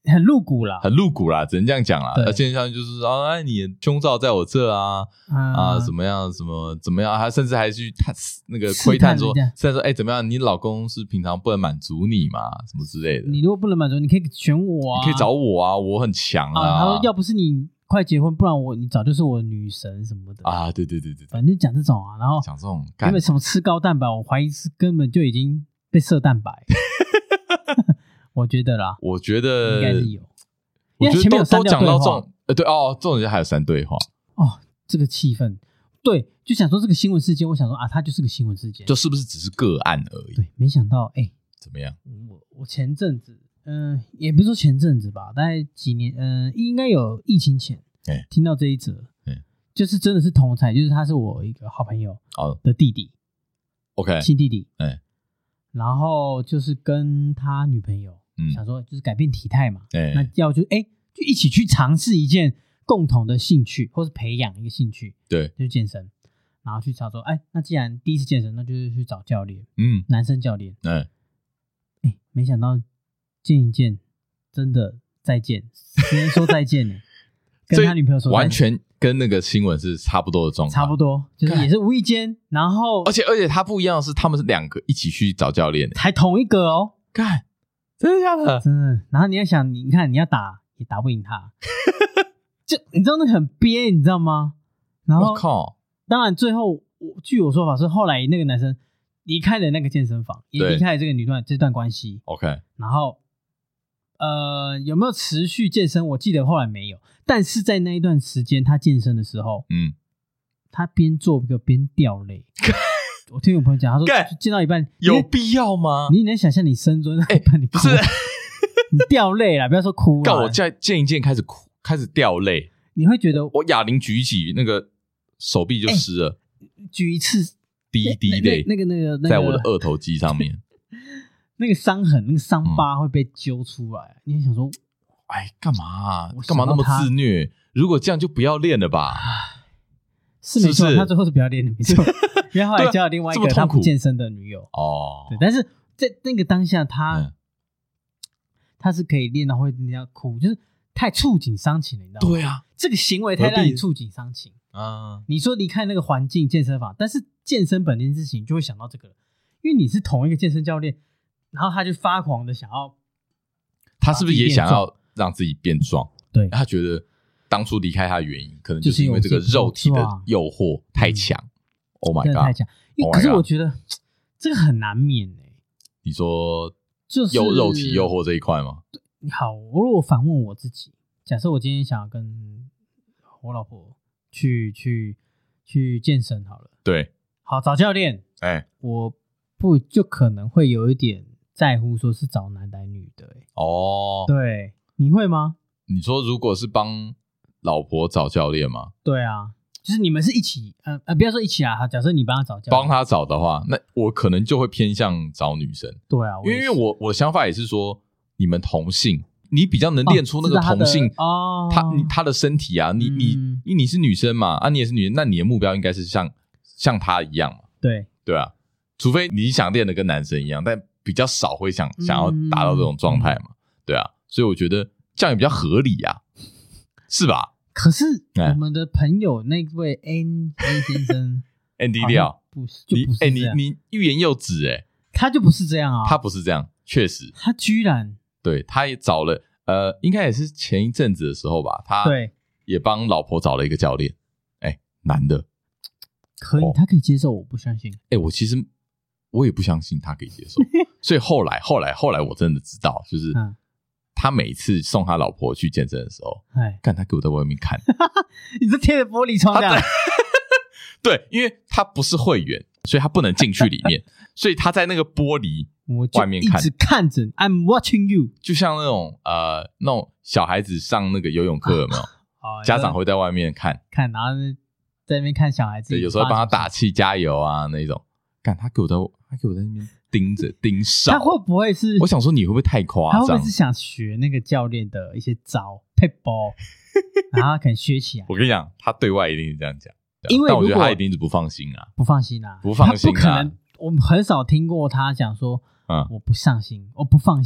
很露骨啦， 很露骨啦，只能这样讲啦。现象就是说，你的胸罩在我这啊，怎么样，怎么样，他甚至还去那个窥探说，怎么样，你老公是平常不能满足你嘛，什么之类的。 你如果不能满足，你可以选我啊， 你可以找我啊，我很强啊。 他说要不是你快结婚，不然你早就是我女神什么的啊。 对， 反正讲这种啊，然后讲这种， 因为什么吃高蛋白，我怀疑是根本就已经被射蛋白。我觉得啦， 我觉得应该是有， 我觉得都讲到这种，对这种人还有3对话这个气氛，对，就想说这个新闻事件，我想说它就是个新闻事件， 就是不是只是个案而已？ 对，没想到怎么样？ 我前阵子，也不是说前阵子吧，大概几年，应该有疫情前，听到这一则，就是真的是同才，就是他是我一个好朋友的弟弟 ，OK， 亲弟弟，然后就是跟他女朋友。想说就是改变体态嘛，那要就一起去尝试一件共同的兴趣，或是培养一个兴趣， 对， 就是健身，然后去找说，那既然第一次健身，那就是去找教练，男生教练，没想到见一见，真的再见，直接说再见呢，跟他女朋友说再见， 完全跟那个新闻是差不多的状况， 差不多，就是也是无意间，然后而且他不一样的是，他们是2个一起去找教练， 还同一个哦， 干。真的假的？ 真的。然后你要想，你看你要打也打不赢他，就你知道那很憋，你知道吗？然后， 我靠！ 当然最后据我说法是，后来那个男生离开了那个健身房，也离开了这个这段关系。 OK。 然后，有没有持续健身？我记得后来没有。但是在那一段时间，他健身的时候，他边做一个边掉泪。我听我朋友讲，他说见到一半有必要吗？ 你能想象你深蹲到一半你哭，不是你掉泪啦，不要说哭啦。 干我见一见开始哭，开始掉泪， 你会觉得我哑铃举起那个手臂就湿了， 举一次滴一滴泪， 那个在我的二头肌上面， 那个伤痕、那个伤疤会被揪出来。你想说， 干嘛啊？干嘛那么自虐？如果这样就不要练了吧。 是没错，他最后是不要练的，没错。因为后来交了另外一个他不健身的女友对，但是在那个当下，他是可以练到会人家哭，就是太触景伤情了，你知道吗？ 对啊， 这个行为太让你触景伤情啊！你说离开那个环境健身房，但是健身本身事情就会想到这个，因为你是同一个健身教练，然后他就发狂的想要， 他是不是也想要让自己变壮？ 对， 他觉得当初离开他的原因，可能就是因为这个肉体的诱惑太强。Oh my god！ 太强，可是我觉得这个很难免你说就是肉体诱惑这一块吗？ 好，我如果反问我自己，假设我今天想要跟我老婆去健身好了， 对， 好找教练，我不就可能会有一点在乎说是找男的女的对，你会吗？ 你说如果是帮老婆找教练吗？ 对啊，就是你们是一起，不要说一起啊，假设你帮他找教练， 帮他找的话，那我可能就会偏向找女生。 对啊， 因为我的想法也是说，你们同性，你比较能练出那个同性他的身体啊，你是女生嘛，你也是女生，那你的目标应该是像他一样嘛，对啊，除非你想练的跟男生一样，但比较少会想要达到这种状态嘛，对啊，所以我觉得这样也比较合理啊，是吧？ 可是我们的朋友那位 N 先生 ，Andy 廖不是，就不是这样。 你欲言又止他就不是这样啊， 他不是这样，确实， 他居然对，他也找了应该也是前一阵子的时候吧，他也帮老婆找了一个教练，男的， 可以，他可以接受，我不相信。 我其实我也不相信他可以接受，所以后来我真的知道，就是。他每次送他老婆去健身的时候，看他给我在外面看， 你是贴着玻璃窗这样？ 对，因为他不是会员，所以他不能进去里面，所以他在那个玻璃外面看， 一直看着 I'm watching you， 就像那种小孩子上那个游泳课有没有？家长会在外面看， 然后在那边看小孩子， 有时候帮他打气加油啊那种。看他给我在那边盯梢， 他会不会是？ 我想说你会不会太夸张？ 他会不会是想学那个教练的一些招配包，然后可能学起来？ 我跟你讲，他对外一定是这样讲， 因为但我觉得他一定是不放心啊， 不放心。他不可能，我们很少听过他讲说，我不上心，我不放心，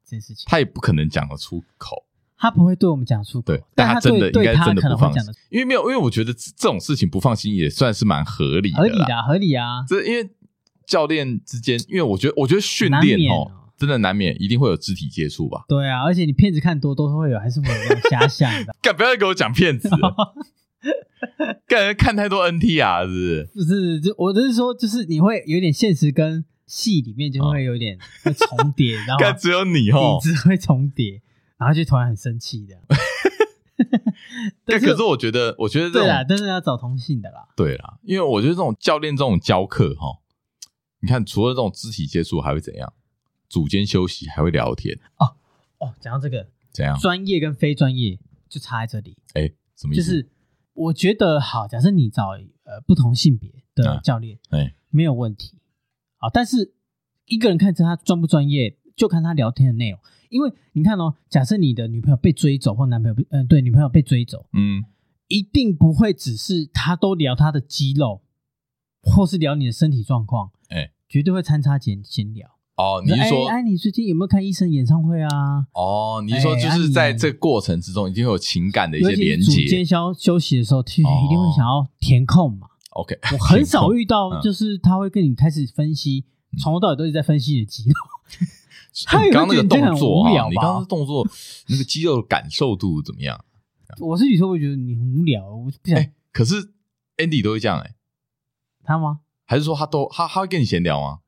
这件事情， 他也不可能讲得出口。 他不会对我们讲出口， 对， 但他真的应该真的不放心，因为我觉得这种事情不放心也算是蛮合理的啦， 合理啊。 这因为教练之间，因为我觉得训练真的难免一定会有肢体接触吧。 对啊，而且你片子看多都会有，还是会有那种遐想的。 干，不要再给我讲骗子了。干，看太多 NT 啊，是不是？ 不是，我就是说，就是你会有点现实跟戏里面就会有点会重叠，然后干只有你影子会重叠。然后就突然很生气的， 可是我觉得这种对啦，真的要找同性的啦。 对啦，因为我觉得这种教练这种教课你看除了这种肢体接触还会怎样？组间休息还会聊天哦，讲到这个怎样？ 专业跟非专业就差在这里。 什么意思？ 就是我觉得好，假设你找不同性别的教练，没有问题。好，但是一个人看着他专不专业，就看他聊天的内容。因为你看假设你的女朋友被追走或男朋友对女朋友被追走，一定不会只是他都聊他的肌肉，或是聊你的身体状况，绝对会参差闲聊。 你是说你最近有没有看医生演唱会啊？ 你是说就是在这个过程之中，一定会有情感的一些连结。 组间休息的时候，一定会想要填空嘛。 OK， 我很少遇到，就是他会跟你开始分析，从头到尾都是在分析你的肌肉。 你刚刚那个动作你刚刚动作那个肌肉的感受度怎么样？ 我是有时候会觉得你很无聊，我不想。 可是 Andy 都会这样他吗？ 还是说他会跟你闲聊吗？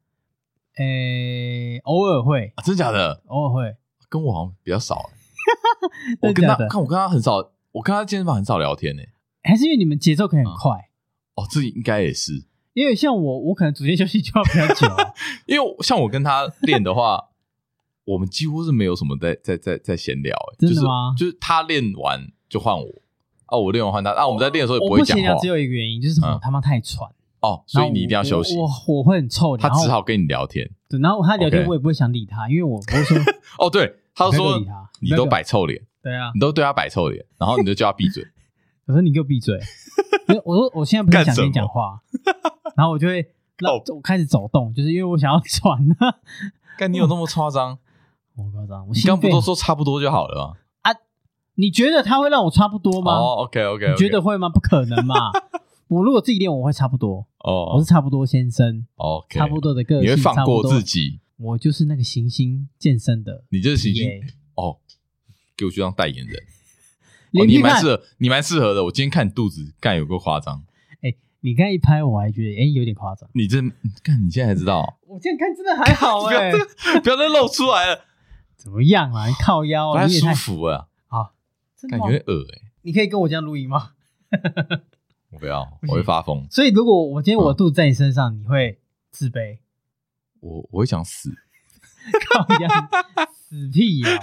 偶尔会真假的？ 偶尔会， 跟我好像比较少。我跟他很少，我跟他健身房很少聊天还是因为你们节奏可以很快？ 这应该也是， 因为像我可能组间休息就要比较久因为像我跟他练的话，我们几乎是没有什么在闲聊真的吗？ 就是他练完就换我我练完换他我们在练的时候也不会讲话。 我不闲聊只有一个原因，就是我他妈太喘所以你一定要休息。 我会很臭脸， 他只好跟你聊天。 对，然后他聊天我也不会想理他，因为我不会说对，他说你都摆臭脸， 对啊， 你都对他摆臭脸，然后你就叫他闭嘴。 我说你给我闭嘴。我说我现在不是想跟你讲话，然后我就会我开始走动，就是因为我想要喘。 干，你有那么夸张？ 我夸张， 你刚不都说差不多就好了吗？ 你觉得他会让我差不多吗 ？OK， 你觉得会吗？不可能嘛！我如果自己练，我会差不多。我是差不多先生。 OK， 差不多的个性， 你会放过自己。 我就是那个行星健身的， 你就是行星给我去当代言人。你蛮适合的。我今天看你肚子，干有够夸张。 你刚才一拍，我还觉得有点夸张。 你现在才知道？ 我现在看真的还好不要再露出来了。 怎么样啊？你靠腰不太舒服了。感觉恶你可以跟我这样录音吗？ 我不要，我会发疯。 所以如果我今天我肚子在你身上，你会自卑？ 我会想死。 靠腰，死屁呀！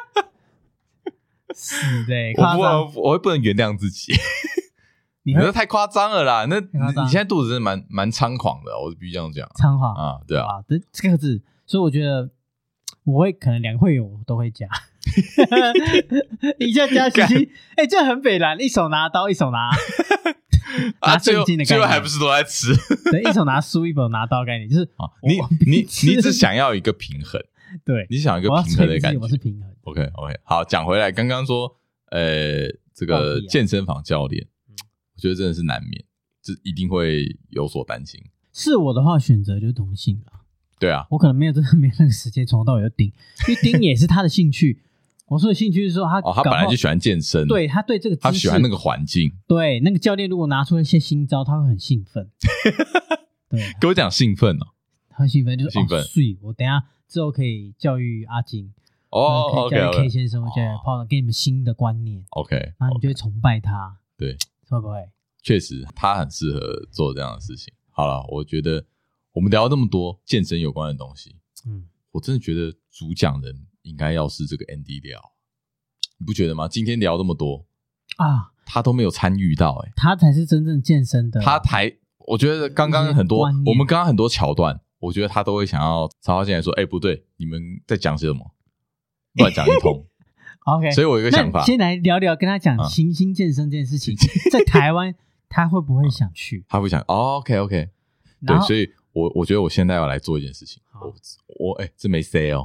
死的， 我会不能原谅自己。你那太夸张了啦！那你现在肚子真的蛮猖狂的，我必须这样讲。 猖狂对啊， 这个字，所以我觉得我会可能2个会员我都会加。一下加行星，这很北蓝，一手拿刀，一手拿正经的概念， 最后还不是都在吃？ 对，一手拿书，一手拿刀概念，就是你只想要一个平衡， 对， 你想要一个平衡的感觉。 我是平衡。 OK， 好，讲回来，刚刚说，这个健身房教练，我觉得真的是难免，这一定会有所担心。 是我的话，选择就是同性啦。 对啊， 我可能真的没有那个时间从头到尾就盯，因为盯也是他的兴趣。我说的兴趣是说他本来就喜欢健身， 对，他对这个他喜欢那个环境， 对，那个教练如果拿出一些新招，他会很兴奋。对， 跟我讲兴奋很兴奋，就是兴奋。 我等一下之后可以教育阿金 ，OK， 教育 K 先生，我觉得泡给你们新的观念 ，OK， 然后你就会崇拜他， 对， 会不会？ 确实，他很适合做这样的事情。好了，我觉得我们聊了那么多健身有关的东西，我真的觉得主讲人应该要是这个 Andy 聊。你不觉得吗？今天聊这么多他都没有参与到他才是真正健身的。 我觉得刚刚我们刚刚很多桥段，我觉得他都会想要插进来说，不对，你们在讲些什么？乱讲一通。 OK， 所以我有一个想法， 先来聊聊，跟他讲行星健身这件事情，在台湾他会不会想去？ 他会想，OK， 对，所以我觉得我现在要来做一件事情，这没 say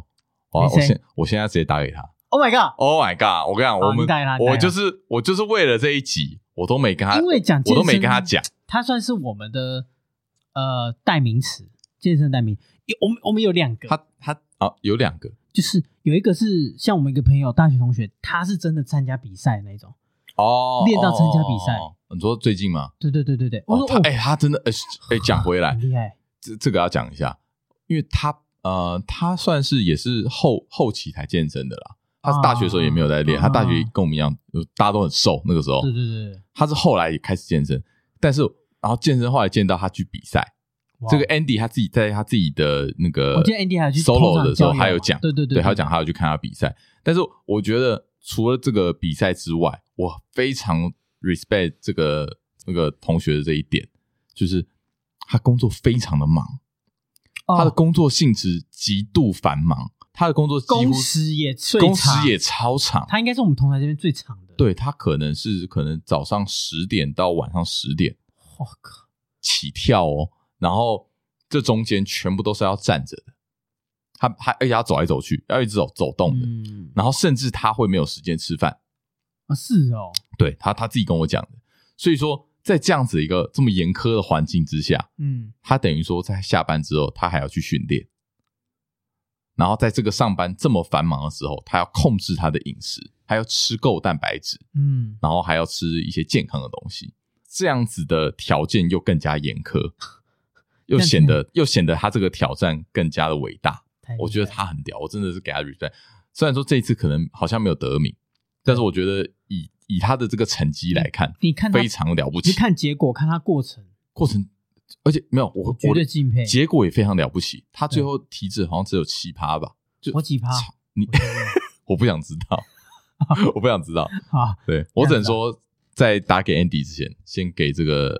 我现在直接打给他。 Oh my god! Oh my god! 我跟你讲，我就是为了这一集，我都没跟他， 因为讲健身， 我都没跟他讲， 他算是我们的代名词，健身代名。我们有2个， 他有2个， 就是有一个是像我们一个朋友，大学同学，他是真的参加比赛那种。练到参加比赛。 你说最近吗？ 对。我说他真的讲回来很厉害， 这个要讲一下，因为他算是也是后期才健身的啦。他是大学的时候也没有在练，他大学跟我们一样，大家都很瘦那个时候。 对， 他是后来也开始健身，但是然后健身后来见到他去比赛。这个 Andy 他自己在他自己的那个， 我记得 Andy 还去 solo 的时候，他有讲， 对， 他有讲他有去看他比赛。但是我觉得除了这个比赛之外，我非常 respect 这个同学的这一点，就是他工作非常的忙，他的工作性质极度繁忙。他的工作几乎工时也超长， 他应该是我们同台这边最长的。 对，他可能早上10点到晚上10点， 我靠， 起跳哦。然后这中间全部都是要站着的，而且要走来走去，要一直走动的。然后甚至他会没有时间吃饭啊？是哦， 对，他自己跟我讲的。所以说，在这样子一个这么严苛的环境之下，他等于说在下班之后，他还要去训练。然后在这个上班这么繁忙的时候，他要控制他的饮食，还要吃够蛋白质，然后还要吃一些健康的东西，这样子的条件又更加严苛，又显得他这个挑战更加的伟大。我觉得他很屌，我真的是给他 respect。虽然说这一次可能好像没有得名，但是我觉得以他的这个成绩来看， 你看非常了不起。 你看结果，看他过程。 而且没有，我绝对敬佩， 结果也非常了不起。他最后体脂好像只有7%吧？ 我几趴？ 我不想知道，我不想知道。对，我只能说，在打给 Andy 之前，先给这个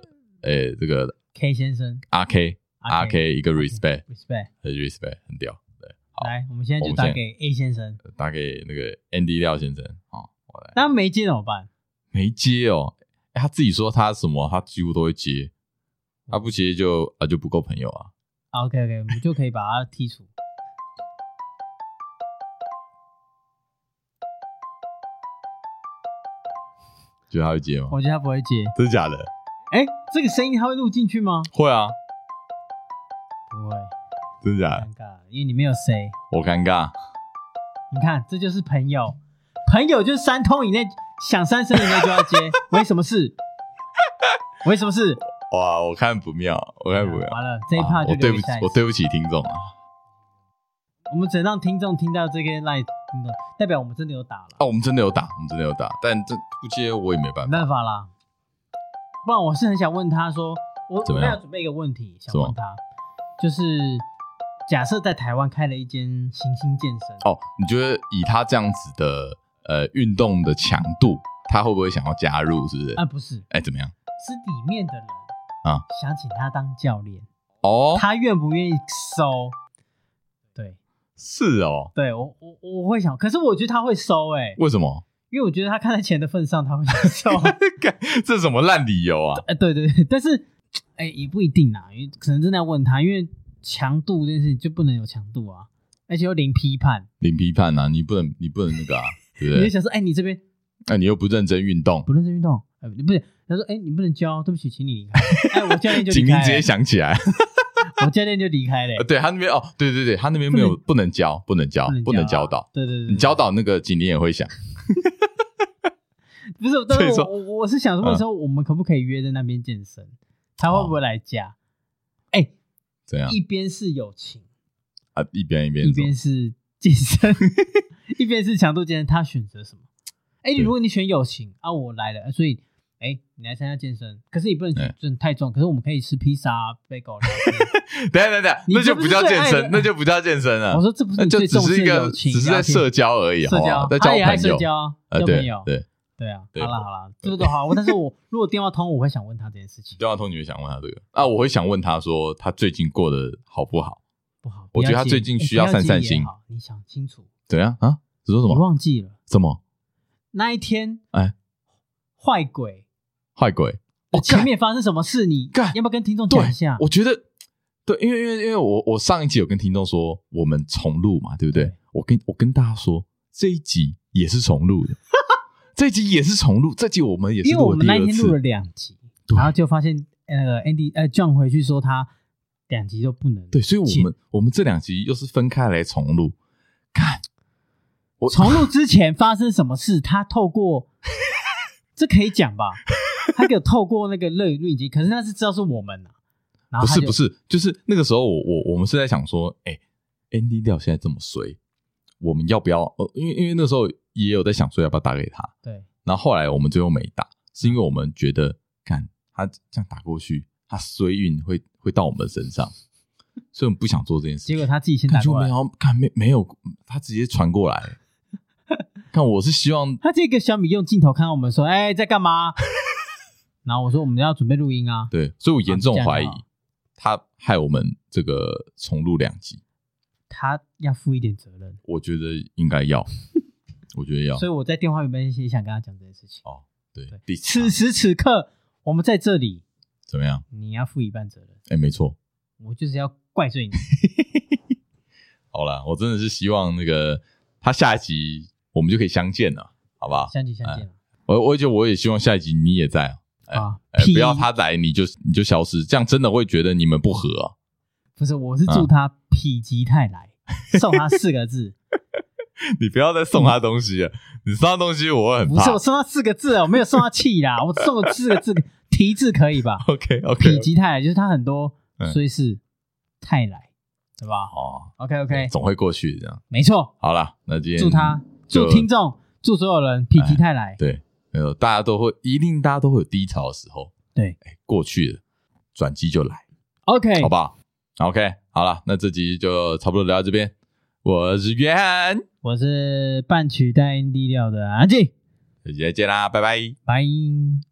K 先生阿 K 一个 respect， 很屌。对，好， 来，我们现在就打给 A 先生， 打给那个 Andy 廖先生。我来。 那没接怎么办？ 没接哦，他自己说他什么，他几乎都会接。他不接就不够朋友啊。 OK， 我们就可以把他剔除。 觉得他会接吗？ 我觉得他不会接。 真的假的？ 这个声音他会录进去吗？ 会啊。 不会。 真的假的？ 尴尬，因为你没有 say。 我尴尬。 你看，这就是朋友。朋友就是3通以内，响3声以内就要接。喂，什么事？喂，什么事？ 哇，我看不妙。完了，这一趴就我对不起听众啊。 我们只能让听众听到这个 live 听众，代表我们真的有打了。 我们真的有打，但这不接我也没办法。 没办法啦，不然我是很想问他说，我要准备一个问题想问他，就是假设在台湾开了一间行星健身， 你觉得以他这样子的运动的强度，他会不会想要加入？是不是？ 不是。 怎么样？ 是里面的人想请他当教练他愿不愿意收？对， 是哦。 对，我会想，可是我觉得他会收为什么？ 因为我觉得他看在钱的份上，他会收。 这什么烂理由啊？ 对，但是也不一定啊，因为可能真的要问他，因为强度这件事情就不能有强度啊，而且又零批判啊，你不能那个啊，对不对？ 你就想说，你这边， 你又不认真运动， 不是，他说，你不能教，对不起，请你离开。我教练就离开了， 警铃直接响起来， 我教练就离开了。 对他那边对，他那边没有不能教导， 对， 你教导那个警铃也会响。 不是，但是我是想问说，我们可不可以约在那边健身？他会不会来家？ 怎样？ 一边是友情一边是健身，一边是强度健身，他选择什么？如果你选友情我来了，所以你来参加健身，可是你不能举太重，可是我们可以吃披萨贝狗。 等一下，那就不叫健身，那就不叫健身了。 我说这不是你最重视的友情， 只是在社交而已， 社交， 在交朋友， 社交，交朋友，对啊。好了，这个都好。但是我如果电话通，我会想问他这件事情。 电话通你会想问他这个？我会想问他说他最近过得好不好？ 不好， 我觉得他最近需要散散心。 你想清楚。 怎样啊？只说什么？ 你忘记了？ 什么？ 那一天，坏鬼，前面发生什么事？你要不要跟听众讲一下？ 我觉得，对，因为我上一集有跟听众说我们重录嘛，对不对？ 我跟大家说，这一集也是重录的，这一集也是重录，这集我们也是因为我们那天录了2集，然后就发现Andy John 回去说他2集都不能对，所以我们这2集又是分开来重录。看重录之前发生什么事，他透过这可以讲吧？他给我透过那个录影机，可是他是知道是我们然后不是，就是那个时候我们是在想说，Andy 料现在这么衰，我们要不要？因为那时候也有在想说要不要打给他。 对。 然后后来我们最后没打，是因为我们觉得，看他这样打过去，他衰运会到我们身上，所以我们不想做这件事。 结果他自己先打过来， 没有，他直接传过来。看，我是希望他这个小米用镜头看到我们说，在干嘛？然后我说我们要准备录音啊。 对，所以我严重怀疑他害我们这个重录2集。 他要负一点责任， 我觉得应该要，我觉得要。 所以我在电话里面也想跟他讲这件事情。 对， 此时此刻我们在这里， 怎么样？ 你要负一半责任。 没错， 我就是要怪罪你。 好啦，我真的是希望那个他下一集我们就可以相见了，好不好？ 相见了。 我也希望下一集你也在不要他来你就消失，这样真的会觉得你们不合啊。 不是，我是祝他否极泰来，送他4个字。 你不要再送他东西了，你送他东西我会很怕。 不是，我送他4个字，我没有送他气啦，我送了4个字，题字可以吧 ？OK， 否极泰来就是他很多虽是泰来，对吧？OK， 总会过去这样。 没错。 好啦，那今天祝听众，祝所有人否极泰来。 对，没有，大家都会有低潮的时候。 对， 过去了，转机就来。 OK， 好不好 ？OK， 好了，那这集就差不多聊到这边。我是约翰， 我是半取代 Andy 料的安静， 下集再见啦，拜拜， 拜。